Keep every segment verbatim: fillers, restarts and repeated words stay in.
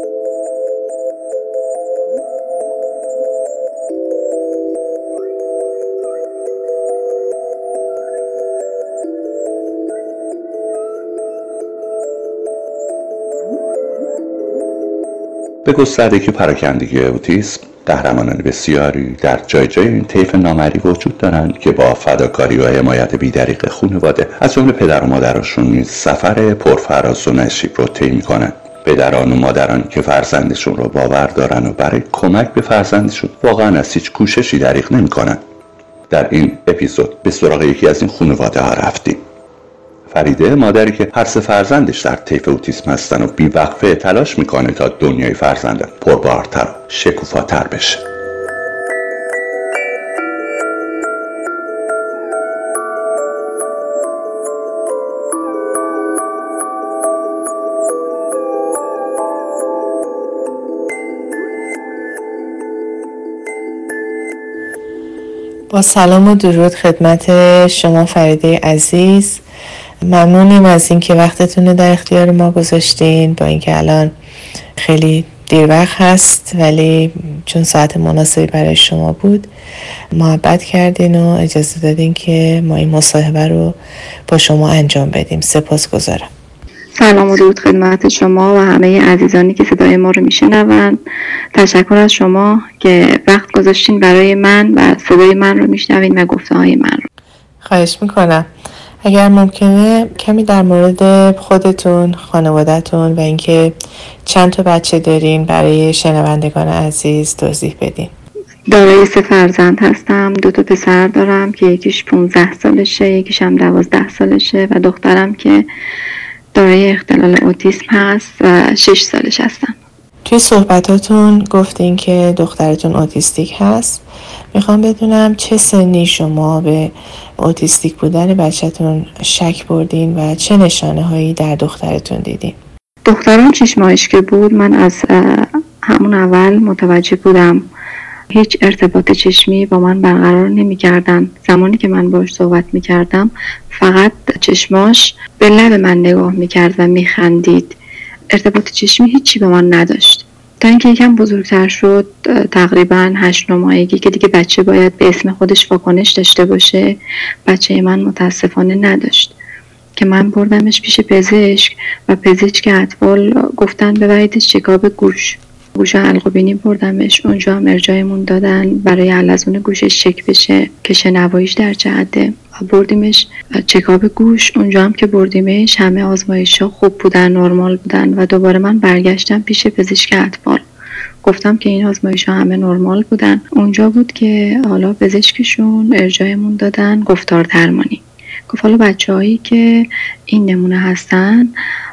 به گستردگی پراکندگی اوتیسم، قهرمانان بسیاری در جای جای این طیف نامری وجود دارند که با فداکاری و حمایت بی‌دریغ خانواده از جمله پدر و مادرشون نیز سفر پرفراز و نشیب رو طی می‌کنند. پدران و مادرانی که فرزندشون رو باور دارن و برای کمک به فرزندشون واقعا از هیچ کوششی دریغ نمی‌کنند. در این اپیزود به سراغ یکی از این خانواده ها رفتیم. فریده، مادری که هر سه فرزندش در طیف اوتیسم هستن و بیوقفه تلاش میکنه تا دنیای فرزندش پربارتر و شکوفاتر بشه. با سلام و درود خدمت شما فریده عزیز. ممنونیم از اینکه وقتتون رو در اختیار ما گذاشتین، با اینکه الان خیلی دیر وقت هست ولی چون ساعت مناسبی برای شما بود محبت کردین و اجازه دادین که ما این مصاحبه رو با شما انجام بدیم. سپاسگزارم. سلام و درود خدمت شما و همه عزیزانی که صدای ما رو میشنون. تشکر از شما که وقت گذاشتین برای من و صدای من رو میشنوین و گفته های من رو. خواهش میکنم. اگر ممکنه کمی در مورد خودتون، خانواده‌تون و اینکه چند تا بچه دارین برای شنوندگان عزیز توضیح بدین. دارای سه فرزند هستم. دو تا پسر دارم که یکیش پونزده سالشه، یکیش هم دوازده سالشه و دخترم که دارای اختلال اوتیسم هست و شش سالش هستن. توی صحبتاتون گفتین که دخترتون اوتیستیک هست. میخوام بدونم چه سنی شما به اوتیستیک بودن بچه‌تون شک بردین و چه نشانه هایی در دخترتون دیدین؟ دخترم شش ماهش که بود من از همون اول متوجه بودم هیچ ارتباط چشمی با من برقرار نمی کردن. زمانی که من باش صحبت می کردم فقط چشماش به لب من نگاه می کرد و می خندید. ارتباط چشمی هیچی به من نداشت. تا اینکه یکم بزرگتر شد، تقریبا هشت نه ماهگی که دیگه بچه باید به اسم خودش واکنش داشته باشه، بچه من متاسفانه نداشت که من بردمش پیش پزشک و پزشک اطفال گفتن ببریدش چکاب گوش. گوش حلق و بینی بردمش، اونجا هم ارجاعمون دادن برای حلزون گوشش چک بشه که شنواییش در چه حده. بردیمش چکاب گوش. اونجا هم که بردیمش همه آزمایش‌ها خوب بودن، نرمال بودن و دوباره من برگشتم پیش پزشک اطفال، گفتم که این آزمایش‌ها همه نرمال بودن. اونجا بود که حالا پزشکشون ارجاعمون دادن گفتار درمانی. گفت حالا بچه‌هایی که این نمونه هستن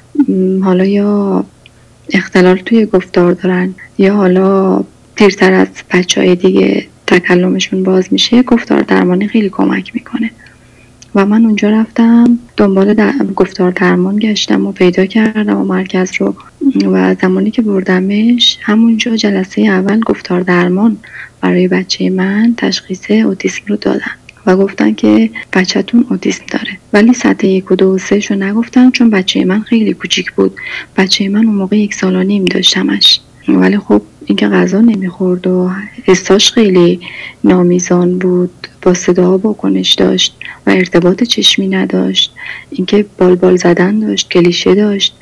حالا یا اختلال توی گفتار دارن یا حالا دیرتر از بچه‌های دیگه تکلمشون باز میشه، گفتار درمانی خیلی کمک میکنه. و من اونجا رفتم دنبال در... گفتار درمان گشتم و پیدا کردم و مرکز رو و زمانی که بردمش همونجا جلسه اول گفتار درمان برای بچه من تشخیص اوتیسم رو دادن و گفتن که بچه‌تون اوتیسم داره، ولی سطح یک و دو و سه شو نگفتن چون بچه من خیلی کوچیک بود. بچه من اون موقع یک سال و نیم داشتمش، ولی خب اینکه غذا نمیخورد و حساش خیلی نامیزان بود، با صدا واکنش داشت و ارتباط چشمی نداشت، اینکه بال بال زدن داشت، کلیشه داشت،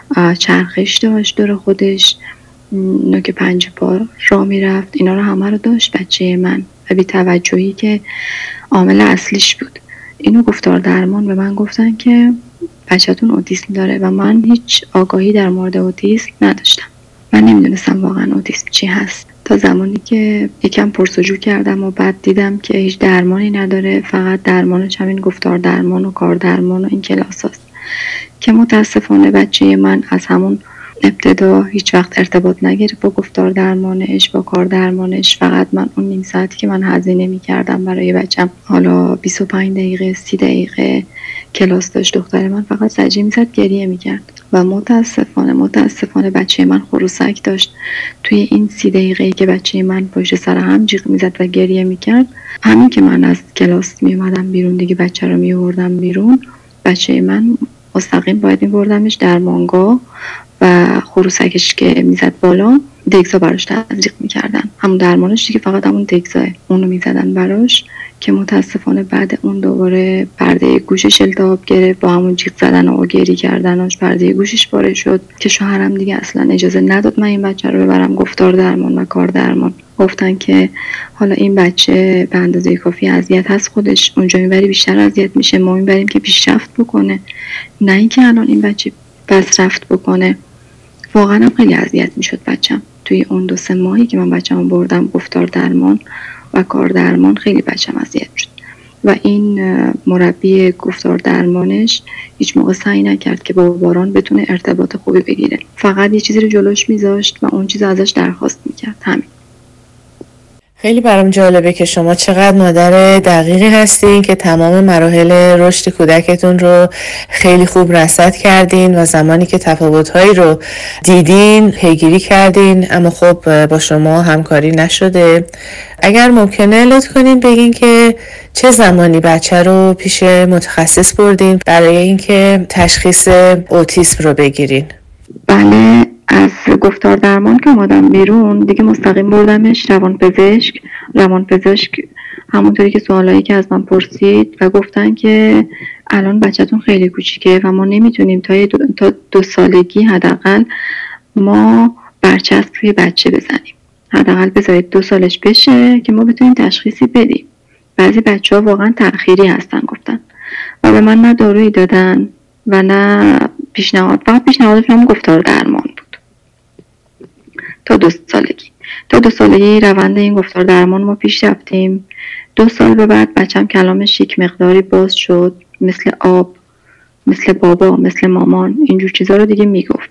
چرخش داشت دور خودش، نوک پنج پا راه میرفت، اینا رو همه رو داشت بچه من و بی توجهی که عامل اصلیش بود. اینو گفتار درمان به من گفتن که بچه‌تون اوتیسم داره و من هیچ آگاهی در مورد اوتیسم نداشتم. من نمیدونستم واقعا اوتیسم چی هست تا زمانی که یکم پرسجو کردم و بعد دیدم که هیچ درمانی نداره، فقط درمانش همین گفتار درمان و کار درمان و این کلاس هست که متاسفانه بچه من از همون ابتدا هیچ وقت ارتباط نگرفت با گفتار درمانش، با کار درمانش. فقط من اون نیم ساعتی که من هزینه می‌کردم برای بچم، حالا بیست و پنج دقیقه سی دقیقه کلاس داشت، دختر من فقط زجر می‌زد، گریه می‌کرد و متاسفانه متاسفانه بچه من خروسک داشت. توی این سی دقیقه‌ای که بچه من پشت سر هم جیغ می‌زد و گریه می‌کرد، همین که من از کلاس میومدم بیرون دیگه بچه رو میوردم بیرون، بچه من مستقیم باید می‌بردمش درمانگاه و خروسکش که میزد بالا دگزا براش تزریق میکردن، همون درمانش دیگه، فقط همون دگزاه اونو میزدن براش که متاسفانه بعد اون دوباره پرده گوشش التهاب گرفت، با همون جیغ زدن و گریه کردنش پرده گوشش پاره شد که شوهرم دیگه اصلا اجازه نداد من این بچه رو ببرم گفتار درمان و کار درمان. گفتن که حالا این بچه به اندازه کافی اذیت هست، خودش اونجا میبری بیشتر اذیت میشه، ما میبریم که پیشرفت بکنه، نه اینکه الان این بچه بس رفت بکنه. واقعا هم خیلی اذیت میشد بچم توی اون دو سه ماهی که من بچه‌مو بردم گفتار درمان و کار درمان، خیلی بچم اذیت شد و این مربی گفتار درمانش هیچ موقع سعی نکرد که با باران بتونه ارتباط خوبی بگیره، فقط یه چیزی رو جلوش میذاشت و اون چیز ازش درخواست میکرد، همین. خیلی برام جالبه که شما چقدر مادر دقیقی هستین که تمام مراحل رشد کودکتون رو خیلی خوب رصد کردین و زمانی که تفاوت‌هایی رو دیدین پیگیری کردین، اما خب با شما همکاری نشده. اگر ممکنه لطف کنین بگین که چه زمانی بچه رو پیش متخصص بردین برای اینکه تشخیص اوتیسم رو بگیرین؟ بله، از گفتار درمان که اومدم بیرون دیگه مستقیم بردمش روانپزشک. روانپزشک همونطوری که سوالایی که از من پرسید و گفتن که الان بچه‌تون خیلی کوچیکه و ما نمیتونیم تا دو, تا دو سالگی حداقل ما برچسب روی بچه بزنیم، حداقل بذارید دو سالش بشه که ما بتونیم تشخیصی بدیم. بعضی بچه‌ها واقعا تأخیری هستن گفتن و به من نه دارویی دادن و نه پیشنهاد، فقط پیشنهادشون گفتار درمان بود تا دو سالگی. تا دو سالگی روند این گفتار درمان ما پیش رفتیم. دو سال به بعد بچم کلامش یک مقداری باز شد، مثل آب، مثل بابا، مثل مامان، اینجور چیزا رو دیگه میگفت.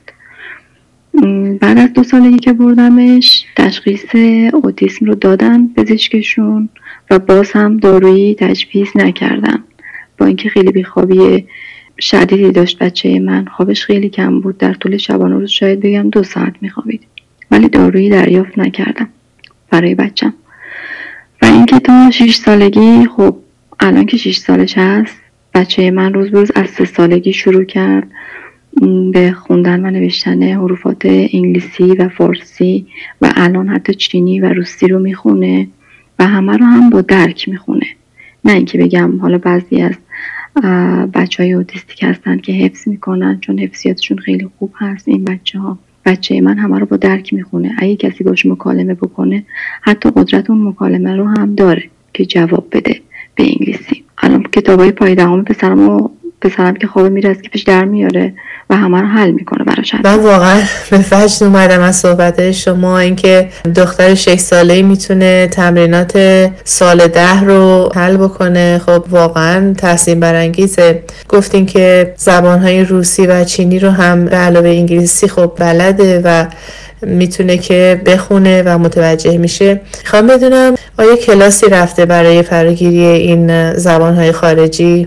بعد از دو سالگی که بردمش تشخیص اوتیسم رو دادن پزشکشون و باز هم دارویی تجویز نکردن، با اینکه خیلی بیخوابی شدیدی داشت بچه من، خوابش خیلی کم بود، در طول شبانه روز شاید بگم دو ساعت میخوابید، ولی دارویی دریافت نکردم برای بچم. و اینکه تا شش سالگی، خب الان که شش سالش هست بچه من روز روز از سه سالگی شروع کرد به خوندن و نوشتن حروفات انگلیسی و فارسی و الان حتی چینی و روسی رو میخونه و همه رو هم با درک میخونه، نه اینکه بگم حالا بعضی از بچه های اوتیستیک هستن که حفظ میکنن چون حفظیاتشون خیلی خوب هست. این بچه ها بچه من همه رو با درک میخونه، اگه کسی باش مکالمه بکنه حتی قدرت اون مکالمه رو هم داره که جواب بده به انگلیسی. الان کتابای پای دهم پسرمو پسرم که خوابه میره از کیفش در میاره و همه رو حل میکنه براش. من واقعا به فجر اومدم از صحبت شما، اینکه دختر شش ساله‌ای میتونه تمرینات سال ده رو حل بکنه، خب واقعا تحسین برانگیزه. گفتین که زبانهای روسی و چینی رو هم به علاوه انگلیسی خب بلده و میتونه که بخونه و متوجه میشه. خواهم بدونم آیا کلاسی رفته برای فراگیری این زبانهای خارجی؟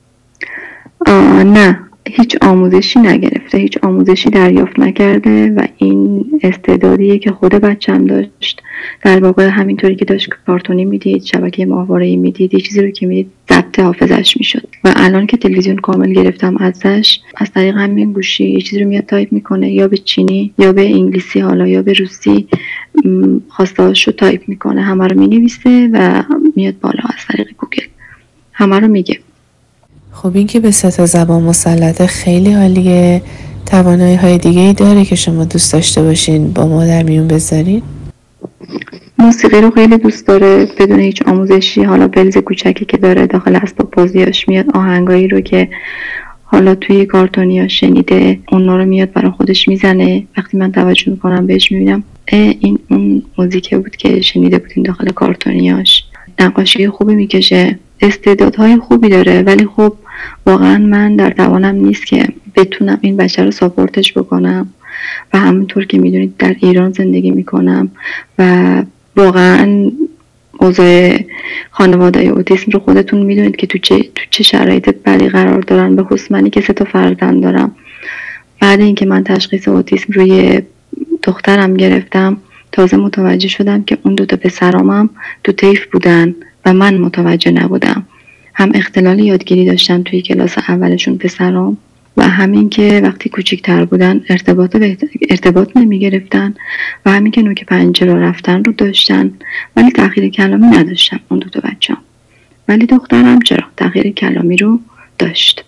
آه نه، هیچ آموزشی نگرفته، هیچ آموزشی دریافت نکرده و این استعدادیه که خود بچم داشت. در واقع همینطوری که داشت کارتونی میدید، شبکه ماهواره‌ای میدید، یه چیزی رو که میدید ضبط حافظش میشد و الان که تلویزیون کامل گرفتم ازش، از طریق همین گوشی یه چیزی رو میاد تایپ میکنه، یا به چینی یا به انگلیسی حالا یا به روسی خواسته‌هاش رو تایپ میکنه، همه رو مینویسه و میاد بالا از طریق گوگل همه رو میگه. خب این که به سه تا زبان مسلطه خیلی عالیه. توانایی های دیگه ای داره که شما دوست داشته باشین با ما در میون بذارین؟ موسیقی رو خیلی دوست داره بدون هیچ آموزشی، حالا بلز کوچکی که داره داخل اسباب بازیاش میاد آهنگایی رو که حالا توی کارتونیا شنیده اونا رو میاد برای خودش میزنه. وقتی من توجه میکنم بهش میبینم این اون موزیکه بود که شنیده بودین داخل کارتونیاش. نقاشی خوبی میکشه، استعدادهای خوبی داره، ولی خب واقعا من در توانم نیست که بتونم این بچه رو ساپورتش بکنم و همونطور که میدونید در ایران زندگی میکنم و واقعا اوضاع خانواده اوتیسم رو خودتون میدونید که تو چه, تو چه شرایط بدی قرار دارن، به خصوص منی که سه تا فرزند دارم. بعد اینکه من تشخیص اوتیسم روی دخترم گرفتم تازه متوجه شدم که اون دو تا پسرامم تو طیف بودن و من متوجه نبودم. هم اختلال یادگیری داشتن توی کلاس اولشون پسرام و همین که وقتی کوچیک‌تر بودن ارتباط ارتباط نمی گرفتن و همین که نوک پنجه را رفتن رو داشتن، ولی تغییر کلامی نداشتن اون دو تا بچه‌ها. ولی دخترم چرا تغییر کلامی رو داشت.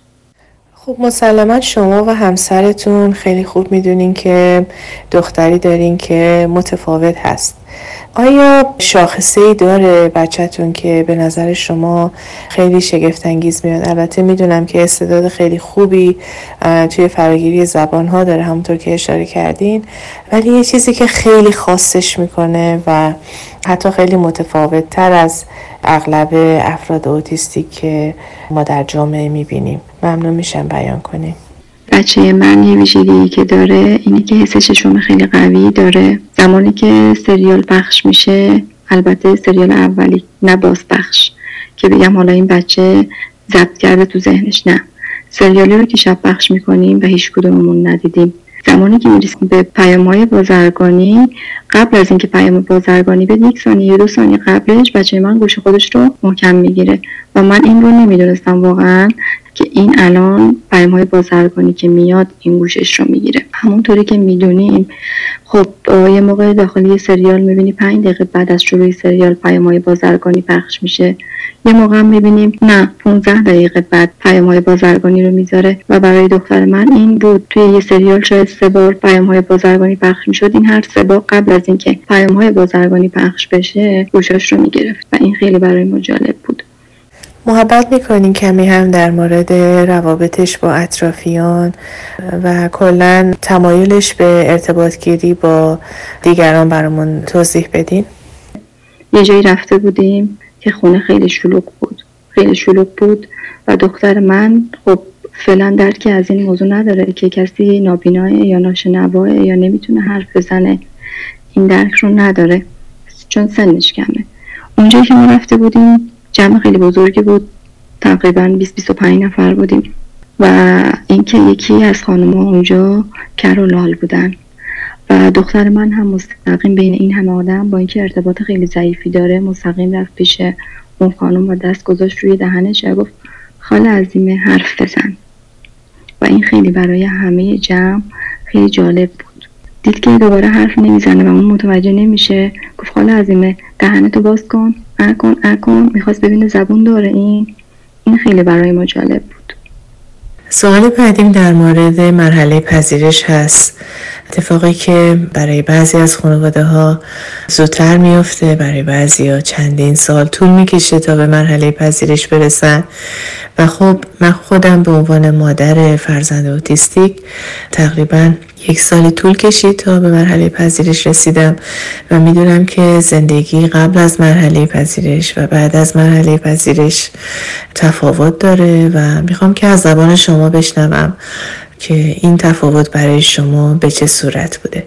خب مسلما شما و همسرتون خیلی خوب میدونین که دختری دارین که متفاوت هست. آیا شاخصه‌ای داره بچه‌تون که به نظر شما خیلی شگفت انگیز میاد؟ البته میدونم که استعداد خیلی خوبی توی فراگیری زبان‌ها داره همونطور که اشاره کردین، ولی یه چیزی که خیلی خاصش میکنه و حتی خیلی متفاوت تر از اغلب افراد اوتیستیک که ما در جامعه میبینیم. ممنون میشم بیان کنیم. بچه من یه ویژگی که داره اینه که حس ششم خیلی قوی داره. زمانی که سریال پخش میشه، البته سریال اولی نه باز پخش که بگم حالا این بچه ضبط کرده تو ذهنش، نه، سریالی رو که شب پخش میکنیم و هیچ کدوممون ندیدیم. زمانی که میرسیم به پیام‌های بازرگانی، قبل از اینکه پیام بازرگانی به یک ثانیه دو ثانیه قبلش بچه من گوش خودش رو محکم میگیره و من این رو نمیدونستم واقعا که این الان پیام‌های بازرگانی که میاد این گوشش رو میگیره. همونطوری که میدونیم خب یه موقع داخلی سریال میبینی پنج دقیقه بعد از شروع سریال پیام‌های بازرگانی پخش میشه، یه موقع هم میبینیم نه پانزده دقیقه بعد پیام‌های بازرگانی رو میذاره و برای دختر من این بود. توی یه سریال شاید سه بار پیام‌های بازرگانی پخش میشد، این هر سه بار قبل از اینکه پیام‌های بازرگانی پخش بشه گوشش رو میگرفت و این خیلی برای ما جالب بود. محبت میکنین کمی هم در مورد روابطش با اطرافیان و کلاً تمایلش به ارتباط گیری با دیگران برامون توضیح بدین؟ یه جایی رفته بودیم که خونه خیلی شلوغ بود خیلی شلوغ بود و دختر من خب فعلا درکی از این موضوع نداره که کسی نابیناه یا ناشنواه یا نمیتونه حرف بزنه، این درک رو نداره چون سنش کمه. اونجایی که ما رفته بودیم جمع خیلی بزرگی بود، تقریبا بیست بیست و پنج نفر بودیم و اینکه یکی از خانم‌ها اونجا کر و لال بودن و دختر من هم مستقیم بین این همه آدم با اینکه ارتباط خیلی ضعیفی داره مستقیم رفت پیش اون خانم و دست گذاشت روی دهنش و گفت خاله عظیمه حرف بزن و این خیلی برای همه جمع خیلی جالب بود. دید که دوباره حرف نمیزنه و اون متوجه نمیشه، گفت خاله عظیمه دهنتو باز کن اکن اکن، میخواست ببینه زبون داره. این این خیلی برای ما جالب بود. سوال بعدیم در مورد مرحله پذیرش هست. اتفاقی که برای بعضی از خانواده ها زودتر میفته، برای بعضی ها چندین سال طول میکشه تا به مرحله پذیرش برسن و خب من خودم به عنوان مادر فرزند اوتیستیک تقریبا یک سال طول کشید تا به مرحله پذیرش رسیدم و میدونم که زندگی قبل از مرحله پذیرش و بعد از مرحله پذیرش تفاوت داره و میخوام که از زبان شما بشنوم که این تفاوت برای شما به چه صورت بوده.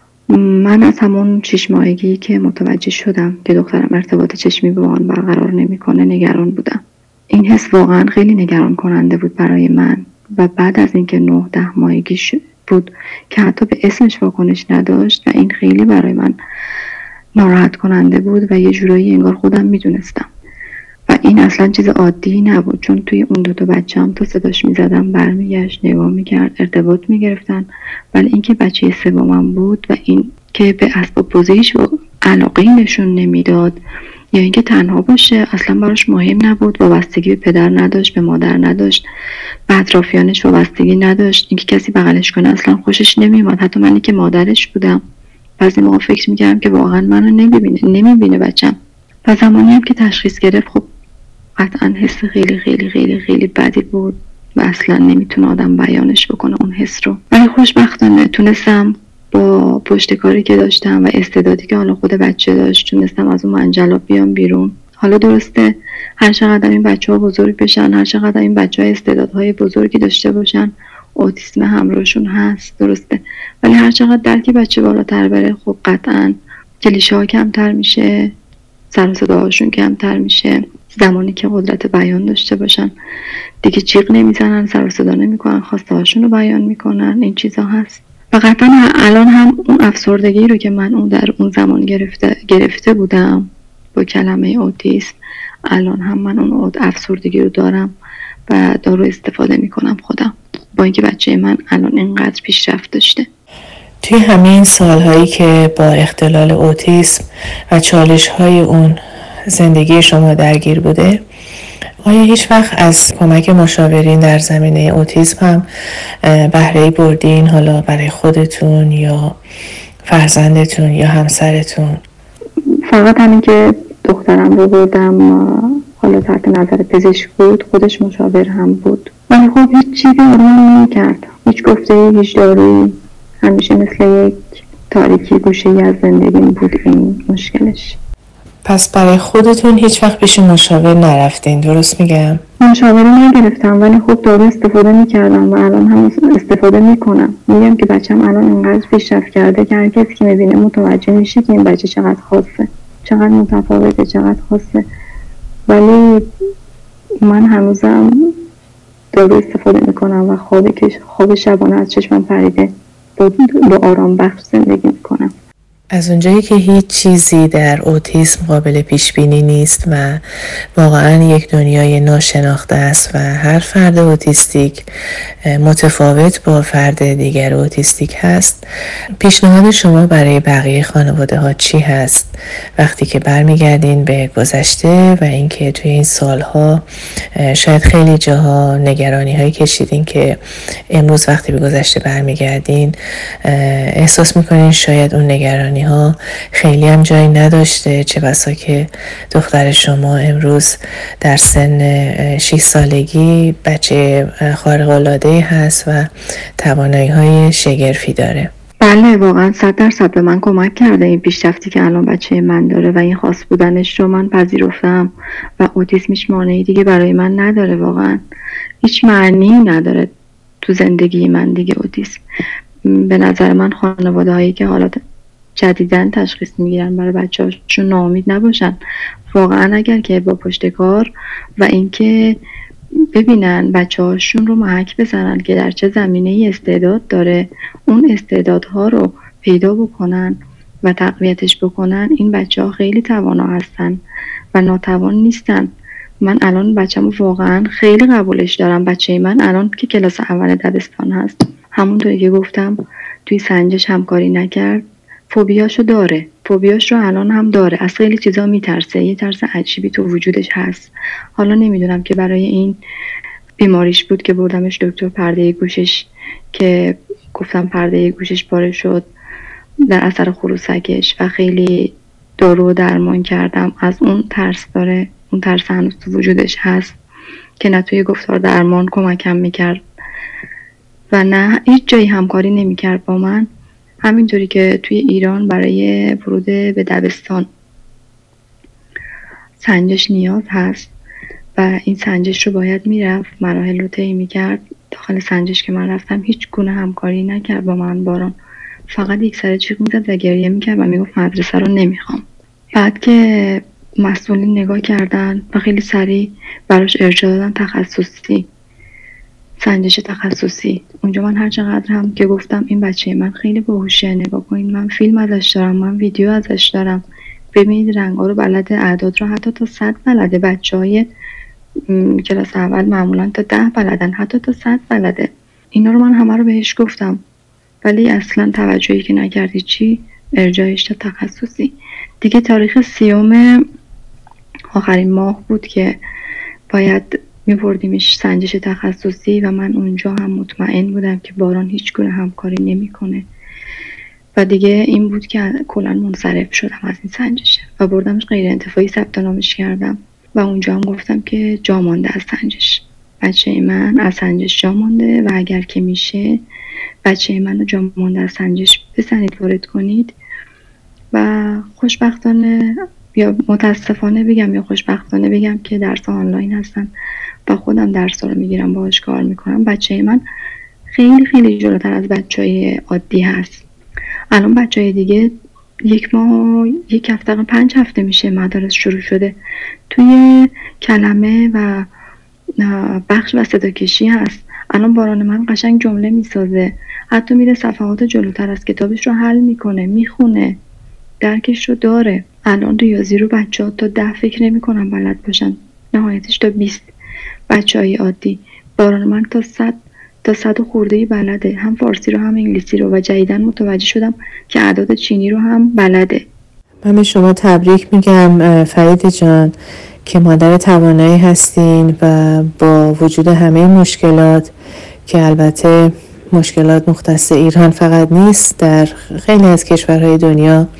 من از همون شش ماهگی که متوجه شدم که دخترم ارتباط چشمی با من برقرار نمیکنه نگران بودم. این حس واقعا خیلی نگران کننده بود برای من و بعد از اینکه نه ده ماهگی شد بود که حتی به اسمش واکنش نداشت و این خیلی برای من ناراحت کننده بود و یه جورایی انگار خودم میدونستم و این اصلا چیز عادی نبود چون توی اون دو تا بچه‌ام تو صداش میزدم برمیگشت نگاه میکرد ارتباط میگرفتن، ولی اینکه بچه سومم بود و این که به اسباب بازیش علاقه نشون نمیداد یا اینکه تنها باشه اصلا براش مهم نبود، وابستگی به پدر نداشت، به مادر نداشت، به اطرافیانش وابستگی نداشت، اینکه کسی بغلش کنه اصلا خوشش نمیومد، حتی منی که مادرش بودم بعضی موقع فکر میکردم که واقعا منو نمیبینه نمیبینه بچم. و زمانی هم که تشخیص گرفت خب قطعا حس خیلی خیلی خیلی خیلی بدی بود و اصلا نمیتونه آدم بیانش بکنه اون حس رو، ولی خوشبختانه تونستم با پشتکاری که داشتم و استعدادی که حالا خود بچه داشت تونستم از اون منجلاب بیام بیرون. حالا درسته هر چقدر این بچه ها بزرگ بشن، هر چقدر این بچه ها استعدادهای بزرگی داشته باشن، اوتیسم همراهشون هست درسته، ولی هر چقدر درک بچه بالاتر بره خب قطعا کلیشه ها کمتر میشه، سر و صداهاشون کمتر میشه، زمانی که قدرت بیان داشته باشن دیگه جیغ نمیزنن، سر و صدا نمیکنن، خواسته هاشون رو بیان میکنن، این چیزا هست. و قطعا الان هم اون افسردگی رو که من اون در اون زمان گرفته گرفته بودم با کلمه اوتیسم، الان هم من اون افسردگی رو دارم و دارو استفاده میکنم خودم. با اینکه بچه من الان اینقدر پیشرفت داشته. توی همین سالهایی که با اختلال اوتیسم و چالش‌های اون زندگی شما درگیر بوده، آیا هیچ وقت از کمک مشاورین در زمینه اوتیسم هم بهره‌ای بردین، حالا برای خودتون یا فرزندتون یا همسرتون؟ فقط همین که دخترم رو بردم، حالا تحت نظر پزشک بود، خودش مشاور هم بود، ولی خب هیچ چیزی آرمان نمی‌کرد، هیچ گفته، هیچ دارویی. همیشه مثل یک تاریکی گوشه‌ای از زندگیم بود این مشکلش. پس برای خودتون هیچ وقت پیش مشاور نرفتین، درست میگم؟ مشاوری نگرفتم، ولی خب دارو استفاده میکردم و الان هم استفاده میکنم. میگم که بچه‌م الان اینقدر پیشرفت کرده که هر کسی که میبینه متوجه میشه که این بچه چقدر خاصه، چقدر متفاوته، چقدر خاصه، ولی من هنوزم دارو استفاده میکنم و خوابی که خواب شبانه از چشمم پریده با, با آرام بخش زندگی میکنم. از اونجایی که هیچ چیزی در اوتیسم قابل پیش بینی نیست و واقعا یک دنیای ناشناخته است و هر فرد اوتیستیک متفاوت با فرد دیگر اوتیستیک هست، پیشنهاد شما برای بقیه خانواده ها چی هست وقتی که برمیگردین به گذشته و اینکه توی این سالها شاید خیلی جاها نگرانی هایی کشیدین که امروز وقتی به گذشته برمیگردین احساس میکنین شاید اون نگرانی ها خیلی هم جایی نداشته، چه بسا که دختر شما امروز در سن شش سالگی بچه خارق العاده هست و توانایی های شگرفی داره. بله واقعا صد درصد به من کمک کرده این پیشرفتی که الان بچه من داره و این خاص بودنش رو من پذیرفتم و اوتیسمش مانعی دیگه برای من نداره، واقعا هیچ معنی نداره تو زندگی من دیگه اوتیسم. به نظر من خانواده هایی که حالا جدیدن تشخیص میگیرن برای بچه هاشون ناامید نباشن، واقعا اگر که با پشتکار و اینکه ببینن بچه هاشون رو محک بزنن که در چه زمینه ای استعداد داره، اون استعدادها رو پیدا بکنن و تقویتش بکنن، این بچه ها خیلی توانا هستن و ناتوان نیستن. من الان بچه‌مو واقعا خیلی قبولش دارم. بچه من الان که کلاس اول دبستان هست، همونطوری که گفتم توی سنجش همکاری نکرد، فوبیاشو داره، فوبیاش رو الان هم داره، از خیلی چیزا میترسه، یه ترس عجیبی تو وجودش هست. حالا نمیدونم که برای این بیماریش بود که بردمش دکتر پرده گوشش که گفتم پرده گوشش پاره شد در اثر خروسکش و خیلی دارو درمان کردم، از اون ترس داره، اون ترس هنوز تو وجودش هست که نه توی گفتار درمان کمکم میکرد و نه هیچ جایی همکاری نمیکرد با من. همینطوری که توی ایران برای ورود به دبستان سنجش نیاز هست و این سنجش رو باید میرفت، مراحل رو طی میکرد. داخل سنجش که من رفتم هیچ گونه همکاری نکرد با من باران، فقط یک سر چیغ میزد و گریه میکرد و میگفت مدرسه رو نمیخوام. بعد که مسئولین نگاه کردن و خیلی سریع براش ارجاع دادن تخصصی، سنجش تخصصی. اونجا من هر چقدر هم که گفتم این بچه من خیلی باهوشه، نگاه کنین من فیلم ازش دارم، من ویدیو ازش دارم، ببینید رنگا رو بلده، اعداد رو حتی تا صد بلده، بچهای کلاس اول معمولا تا ده بلدن، حتی تا صد بلده. اینا رو من همه رو بهش گفتم ولی اصلا توجهی که نکردی، چی ارجاعش تا تخصصی. دیگه تاریخ سیوم آخرین ماه بود که باید میبردیمش سنجش تخصصی و من اونجا هم مطمئن بودم که باران هیچ گونه همکاری نمیکنه و دیگه این بود که کلا منصرف شدم از این سنجش و بردمش غیر انتفاعی ثبت نامش کردم و اونجا هم گفتم که جا مانده از سنجش، بچه من از سنجش جا مانده و اگر که میشه بچه من رو جا مانده از سنجش بزنید وارد کنید. و خوشبختانه یا متاسفانه بگم یا خوشبختانه بگم که درس آنلاین هستن و خودم درس رو میگیرم، باهاش کار میکنم. بچه من خیلی خیلی جلوتر از بچهای عادی هست. الان بچهای دیگه یک ماه یک هفته پنج هفته میشه مدارس شروع شده، توی کلمه و بخش و صدا کشی هست. الان باران من قشنگ جمله میسازه، حتی میره صفحات جلوتر از کتابش رو حل میکنه، میخونه، درکش رو داره. الان ریاضی رو بچه ها تا ده فکر نمی کنن بلد باشن، نهایتش تا بیست. بچه های عادی، باران من تا صد تا صد خورده‌ای بلده، هم فارسی رو هم انگلیسی رو، و جدیداً متوجه شدم که اعداد چینی رو هم بلده. من به شما تبریک میگم فرید جان که مادر توانایی هستین و با وجود همه مشکلات که البته مشکلات مختص ایران فقط نیست، در خیلی از کشورهای دنیا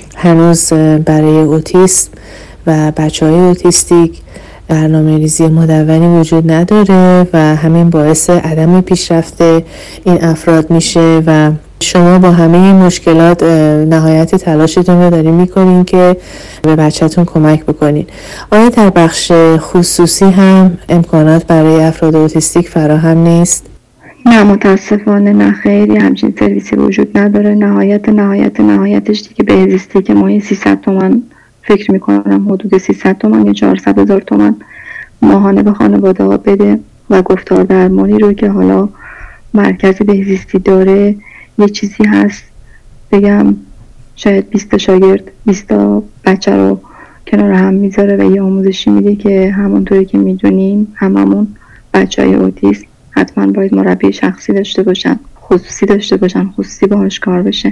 هنوز برای اوتیسم و بچه‌های اوتیستیک برنامه‌ریزی مدونی وجود نداره و همین باعث عدم پیشرفت این افراد میشه و شما با همه این مشکلات نهایت تلاشتون رو دارین میکنین که به بچه‌تون کمک بکنین. آیا در بخش خصوصی هم امکانات برای افراد اوتیستیک فراهم نیست؟ نه متاسفانه نه خیلی همچین سرویسی وجود نداره. نهایت نهایت نهایتش دیگه بهزیستی که ماهی سیصد تومن فکر میکنم حدود سیصد تومن یا چهارصد هزار تومن ماهانه به خانواده ها بده و گفتار درمانی رو که حالا مرکز بهزیستی داره یه چیزی هست بگم شاید بیست شاگرد بیست بچه رو کنار هم میذاره و یه آموزشی میده که همونطوری که میدونیم هممون بچه های اوتیسم حتما باید مربی شخصی داشته باشن، خصوصی داشته باشن، خصوصی باهاش کار بشه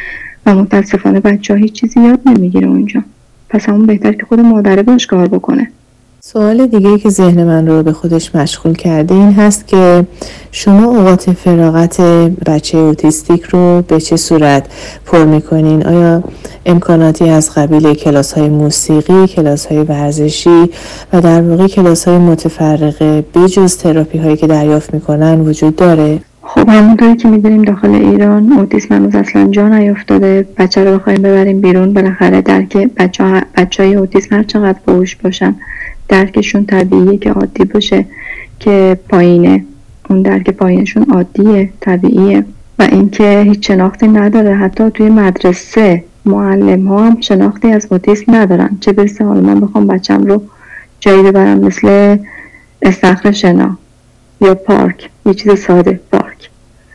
و متاسفانه بچه ها هیچ چیزی یاد نمیگیره اونجا. پس همون بهتر که خود مادره باش کار بکنه. سوال دیگه که ذهن من رو به خودش مشغول کرده این هست که شما اوقات فراغت بچه اوتیستیک رو به چه صورت پر میکنین؟ آیا امکاناتی از قبیل کلاس های موسیقی، کلاس های ورزشی و در واقع کلاس های متفرقه بجز تراپی هایی که دریافت میکنن وجود داره؟ خب همونطوری که میدونیم داخل ایران اوتیسم هنوز اصلا جا نیافتاده. بچه رو بخوایم ببریم بیرون بالاخره درک بچه, ها... بچه های اوتیسم هر چقدر باهوش باشن درکشون طبیعیه که عادی باشه که پایینه، اون درک پایینشون عادیه طبیعیه و اینکه هیچ شناختی نداره. حتی توی مدرسه معلم ها هم شناختی از اوتیسم ندارن، چه برسه حالا من بخوام بچم رو جایی ببرم مثل استخر شنا یا پارک، یه چیز ساده پارک،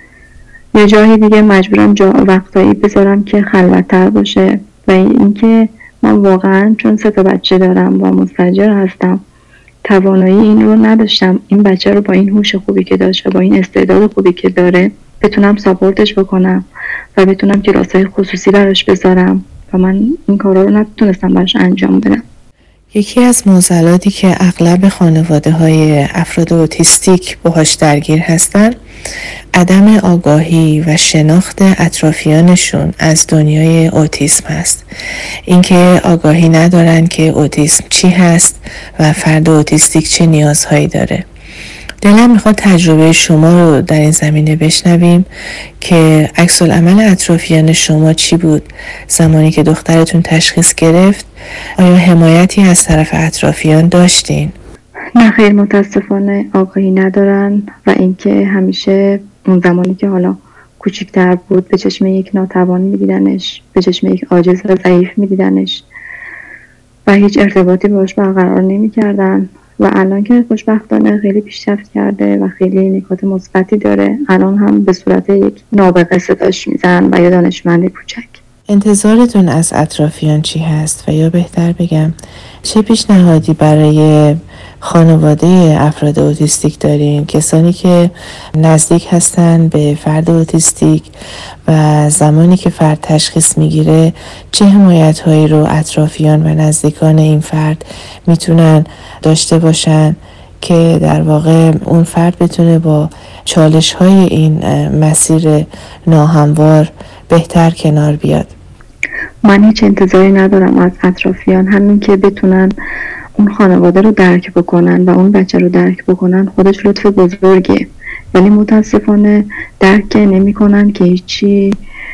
یه جایی دیگه مجبورم جا وقتایی بذارم که خلوت‌تر باشه و اینکه من واقعا چون سه تا بچه دارم و مستاجر هستم توانایی این رو نداشتم این بچه رو با این هوش خوبی که داشت و با این استعداد خوبی که داره بتونم ساپورتش بکنم و بتونم کلاس‌های خصوصی براش بذارم و من این کارا رو نتونستم براش انجام بدم. یکی از معضلاتی که اغلب خانواده‌های افراد اوتیستیک باهاش درگیر هستن عدم آگاهی و شناخت اطرافیانشون از دنیای اوتیسم هست. اینکه آگاهی ندارن که اوتیسم چی هست و فرد اوتیستیک چه نیازهایی داره. دلم میخواد تجربه شما رو در این زمینه بشنویم که عکس العمل اطرافیان شما چی بود زمانی که دخترتون تشخیص گرفت؟ آیا حمایتی از طرف اطرافیان داشتین؟ نه خیر متاسفانه آگاهی ندارن و اینکه همیشه اون زمانی که حالا کوچکتر بود به چشم یک ناتوان میدیدنش، به چشم یک عاجز و ضعیف میدیدنش و هیچ ارتباطی باش برقرار نمیکردن و الان که خوشبختانه خیلی پیشرفت کرده و خیلی نکات مثبتی داره الان هم به صورت یک نابغه صداش میزنن و یا دانشمند کوچک. انتظارتون از اطرافیان چی هست و یا بهتر بگم چه پیشنهادی برای خانواده افراد اوتیستیک دارین؟ کسانی که نزدیک هستن به فرد اوتیستیک و زمانی که فرد تشخیص میگیره چه حمایت هایی رو اطرافیان و نزدیکان این فرد میتونن داشته باشن که در واقع اون فرد بتونه با چالش های این مسیر ناهموار بهتر کنار بیاد؟ من هیچ انتظاری ندارم از اطرافیان، همین که بتونن اون خانواده رو درک بکنن و اون بچه رو درک بکنن خودش لطف بزرگه، ولی متاسفانه درک نمی کنن که هیچی.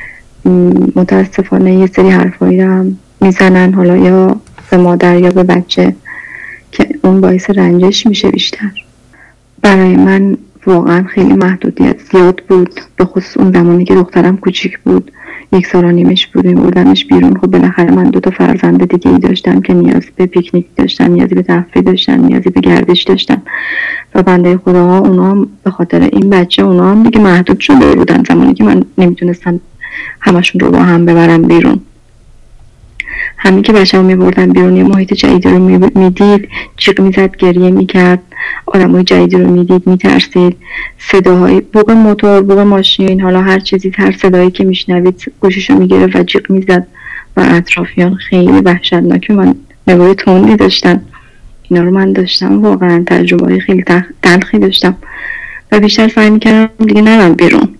متاسفانه یه سری حرفایی رو هم میزنن حالا یا به مادر یا به بچه که اون باعث رنجش میشه بیشتر. برای من واقعا خیلی محدودیت زیاد بود، به خصوص اون زمانی که دخترم کوچیک بود، یک سال و نیمش بود بردمش بیرون. خب بالاخره من دو تا فرزند دیگه ای داشتم که نیاز به پیکنیک داشتن، نیازی به تفریح داشتن، نیازی به گردش داشتن و بنده خداها اونا هم به خاطر این بچه اونا هم دیگه محدود شده بودن زمانی که من نمیتونستم همشون رو با هم ببرم بیرون. همین که بچه‌مو می‌بردن بیرون یه محیط جدید رو میدید، جیغ میزد، گریه میکرد، آدمای جدید رو میدید، میترسید، صداهای بوق موتور، بوق ماشین، حالا هر چیزی، هر صدایی که میشنوید گوششو میگرفت و جیغ میزد و اطرافیان خیلی وحشتناک. من نگاه تندی داشتن، اینا رو من داشتم واقعا تجربه خیلی تلخی داشتم و بیشتر سعی میکردم دیگه نرم بیرون.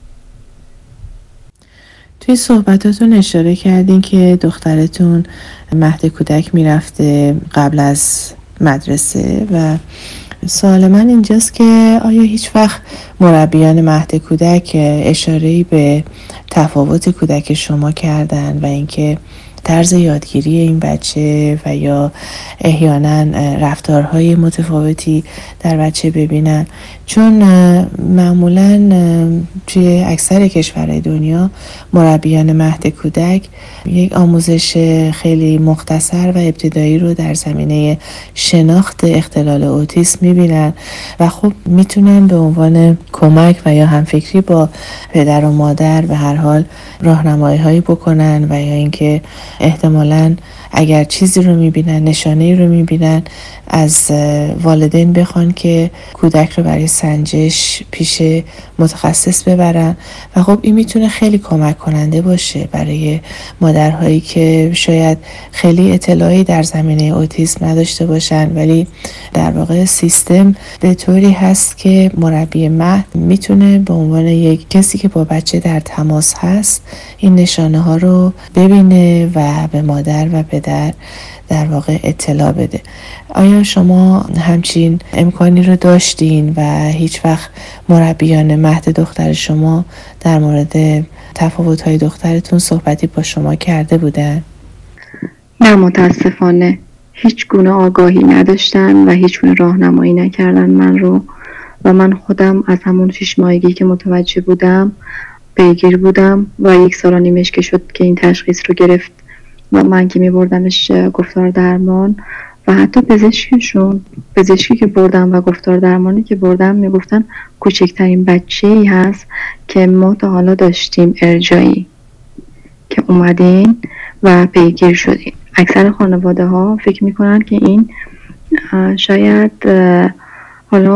توی صحبتاتون اشاره کردین که دخترتون مهد کودک میرفته قبل از مدرسه و سوال من اینجاست که آیا هیچ وقت مربیان مهد کودک اشاره‌ای به تفاوت کودک شما کردن و اینکه طرز یادگیری این بچه و یا احیانا رفتارهای متفاوتی در بچه ببینن؟ چون معمولا توی اکثر کشورهای دنیا مربیان مهد کودک یک آموزش خیلی مختصر و ابتدایی رو در زمینه شناخت اختلال اوتیسم میبینن و خب میتونن به عنوان کمک و یا همفکری با پدر و مادر به هر حال راهنمایی هایی بکنن و یا اینکه احتمالاً اگر چیزی رو میبینن، نشانه‌ای رو میبینن، از والدین بخوان که کودک رو برای سنجش پیش متخصص ببرن و خب این میتونه خیلی کمک کننده باشه برای مادرهایی که شاید خیلی اطلاعی در زمینه اوتیسم نداشته باشن، ولی در واقع سیستم به طوری هست که مربی مهد میتونه به عنوان یک کسی که با بچه در تماس هست این نشانه ها رو ببینه و به مادر و پدر در واقع اطلاع بده. آیا شما همچین امکانی رو داشتین و هیچ وقت مربیان مهد دختر شما در مورد تفاوت‌های دخترتون صحبتی با شما کرده بودن؟ نه، متاسفانه هیچ گونه آگاهی نداشتن و هیچ گونه راهنمایی نکردن من رو و من خودم از همون شش ماهگی که متوجه بودم پیگیر بودم و یک سال و نیمش که شد که این تشخیص رو گرفت و من که می بردمش گفتار درمان و حتی پزشکشون پزشکی که بردم و گفتار درمانی که بردم می گفتن کوچکترین بچه ای هست که ما تا حالا داشتیم ارجایی که اومدین و پیگیر شدین. اکثر خانواده ها فکر می کنن که این شاید حالا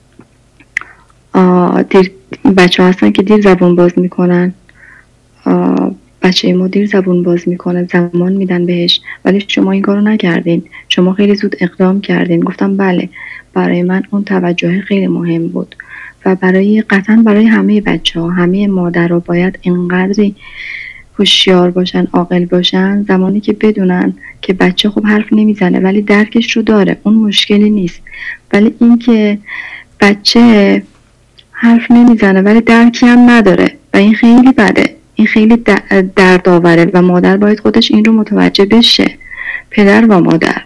دیر بچه ها هستن که دیر زبون باز می کنن، بچه ما دیر زبون باز میکنه، زمان میدن بهش، ولی شما این کارو نکردین، شما خیلی زود اقدام کردین. گفتم بله، برای من اون توجه خیلی مهم بود و برای قطعا برای همه بچه ها، همه مادر ها باید اینقدری هوشیار باشن، عاقل باشن، زمانی که بدونن که بچه خب حرف نمیزنه ولی درکش رو داره، اون مشکلی نیست، ولی این که بچه حرف نمیزنه ولی درکی هم نداره و این خیلی بده، این خیلی دردآوره و مادر باید خودش این رو متوجه بشه، پدر و مادر،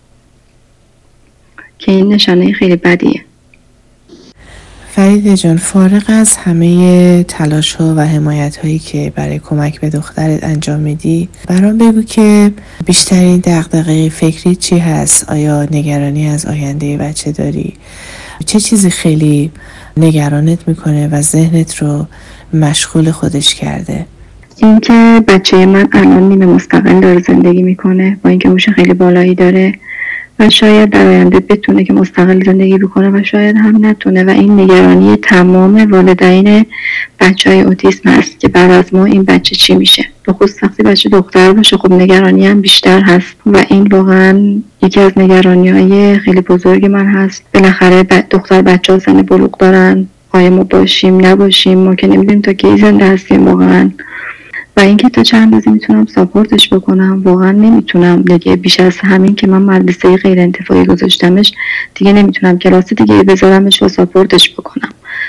که این نشانه خیلی بدیه. فریده جان، فارغ از همه تلاش ها و حمایت هایی که برای کمک به دخترت انجام میدی، برام بگو که بیشترین دغدغه فکری چی هست؟ آیا نگرانی از آینده بچه داری؟ چه چیزی خیلی نگرانت میکنه و ذهنت رو مشغول خودش کرده؟ اینکه بچه من الان نیمه مستقل داره زندگی میکنه با اینکه هوش خیلی بالایی داره و شاید در آینده بتونه که مستقل زندگی بکنه و شاید هم نتونه و این نگرانی تمام والدین بچه های اوتیسم هست که بعد از ما این بچه چی میشه، به خصوص وقتی بچه دختر باشه خب نگرانی هم بیشتر هست و این واقعا یکی از نگرانی های خیلی بزرگ من هست. بالاخره دختر بچه ها سن بلوغ دارن، آیا ما باشیم نباشیم، ما که نمیدونیم تا کی زنده هستیم واقعا، و اینکه تا چند روزی میتونم ساپورتش بکنم واقعا نمیتونم دیگه. بیش از همین که من مدرسه غیر انتفاعی گذاشتمش دیگه نمیتونم کلاس دیگه بذارمش و ساپورتش بکنم.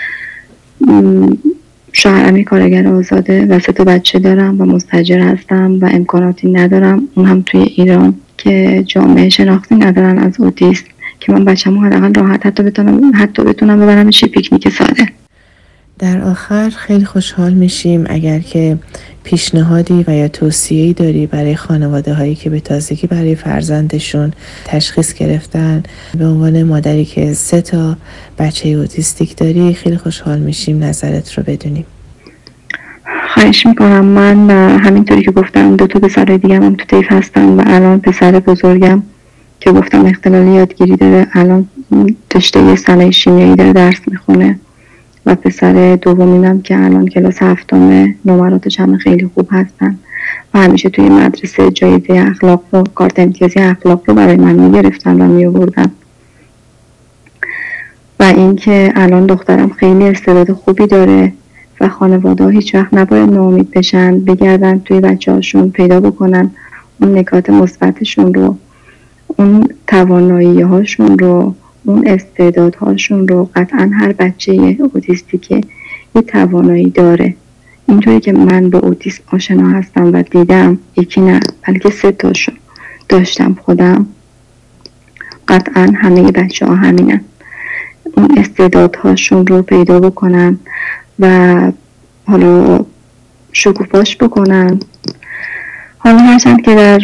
شوهرم کارگر آزاده و سه تا بچه دارم و مستاجر هستم و امکاناتی ندارم، اون هم توی ایران که جامعه شناختی ندارن از اوتیسم که من بچه‌مو حداقل راحت حتی بتونم حتی بتونم ببرمش پیکنیک ساده. در آخر خیلی خوشحال میشیم اگر که پیشنهادی و یا توصیه‌ای داری برای خانواده هایی که به تازگی برای فرزندشون تشخیص گرفتن. به عنوان مادری که سه تا بچه اوتیستیک داری خیلی خوشحال میشیم نظرت رو بدونیم. خواهش میکنم. من همینطوری که گفتم دو تا پسر دیگه هم تو طیف هستن و الان پسر بزرگم که گفتم اختلال یادگیری داره، الان رشته صنایع شیمیایی داره درس میخونه و پسر دومینم که الان کلاس هفتمه، نمراتش هم خیلی خوب هستن و همیشه توی مدرسه جایزه اخلاق رو، کارت امتیازی اخلاق رو برای من میگرفتن و میآوردن. و اینکه الان دخترم خیلی استعداد خوبی داره و خانواده ها هیچ وقت نباید ناامید بشن، بگردن توی بچه هاشون پیدا بکنن اون نکات مثبتشون رو، اون توانایی هاشون رو، اون استعدادهاشون رو. قطعا هر بچه اوتیستیکه یه توانایی داره. اینطوری که من با اوتیسم آشنا هستم و دیدم، یکی نه بلکه سه تاشو داشتم خودم، قطعا همه بچه ها همینن. اون استعدادهاشون رو پیدا بکنن و حالا شکوفاش بکنن. حالا هرچند که در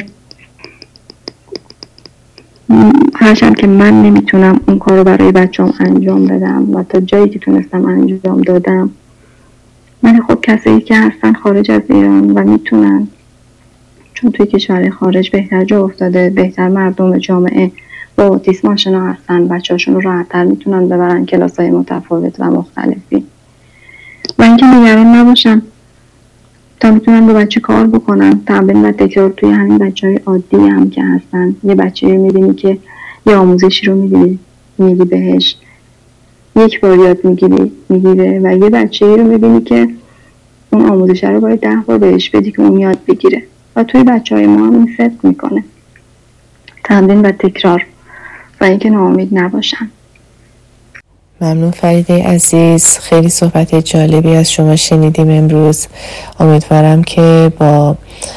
هرچند که من نمیتونم اون کار رو برای بچه‌ام انجام بدم و تا جایی که تونستم انجام دادم، من خب کسایی که هستن خارج از ایران و میتونن، چون توی کشور خارج بهتر جا افتاده، بهتر مردم جامعه با اوتیسم آشنا هستن، بچه‌هاشون رو راحت‌تر میتونن ببرن کلاس‌های متفاوت و مختلفی و اینکه نگران نباشن تا میتونن با بچه کار بکنن. تمرین و تکرار توی همین بچه‌های عادی هم که هستن. یه بچه رو میبینی که یه آموزشی رو میگیری میگی بهش یک بار یاد میگیری میگیره و یه بچه رو میبینی که اون آموزش رو باید ده بار بهش بدی که اون یاد بگیره و توی بچه‌های ما هم این صدق میکنه. تمرین و تکرار و اینکه ناامید نباشن. ممنون فریده عزیز، خیلی صحبت جالبی از شما شنیدیم امروز. امیدوارم که با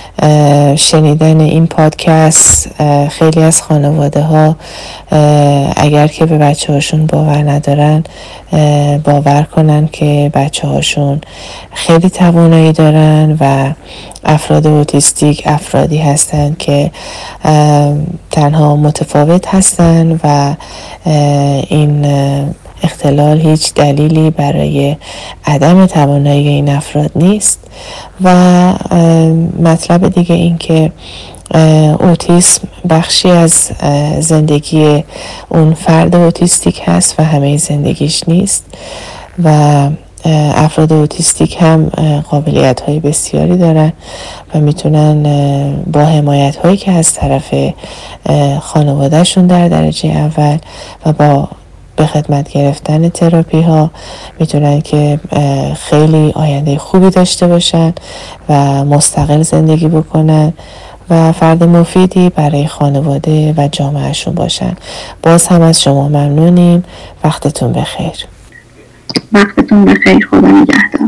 شنیدن این پادکست خیلی از خانواده ها اگر که به بچه هاشون باور ندارن باور کنن که بچه هاشون خیلی توانایی دارن و افراد اوتیستیک افرادی هستن که تنها متفاوت هستن و این اختلال هیچ دلیلی برای عدم توانایی این افراد نیست. و مطلب دیگه این که اوتیسم بخشی از زندگی اون فرد اوتیستیک هست و همه زندگیش نیست و افراد اوتیستیک هم قابلیت های بسیاری دارن و میتونن با حمایت هایی که از طرف خانوادهشون در درجه اول و با به خدمت گرفتن تراپی ها میتونن که خیلی آینده خوبی داشته باشن و مستقل زندگی بکنن و فرد مفیدی برای خانواده و جامعهشون باشن. باز هم از شما ممنونیم. وقتتون بخیر. وقتتون بخیر. خدا نگهدار.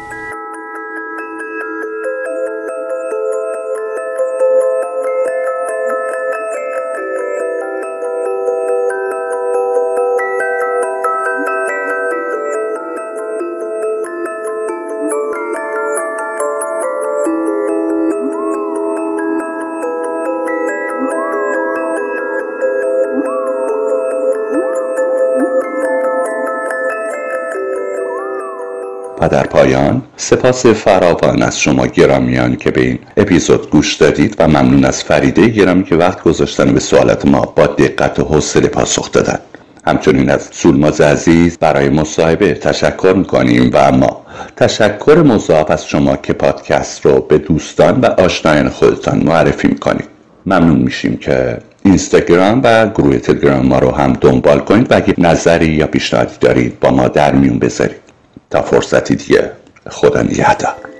و در پایان سپاس فراوان از شما گرامیان که به این اپیزود گوش دادید و ممنون از فریده گرامی که وقت گذاشتن به سوالات ما با دقت و حوصله پاسخ دادن. همچنین از سولماز عزیز برای مصاحبه تشکر میکنیم و اما تشکر مضاعف از شما که پادکست رو به دوستان و آشنایان خودتان معرفی میکنید. ممنون میشیم که اینستاگرام و گروه تلگرام ما رو هم دنبال کنید و اگه نظری یا پیشنهادی دارید با ما در میون بذارید. تا فرصتی دیگه، خدا نگهدار.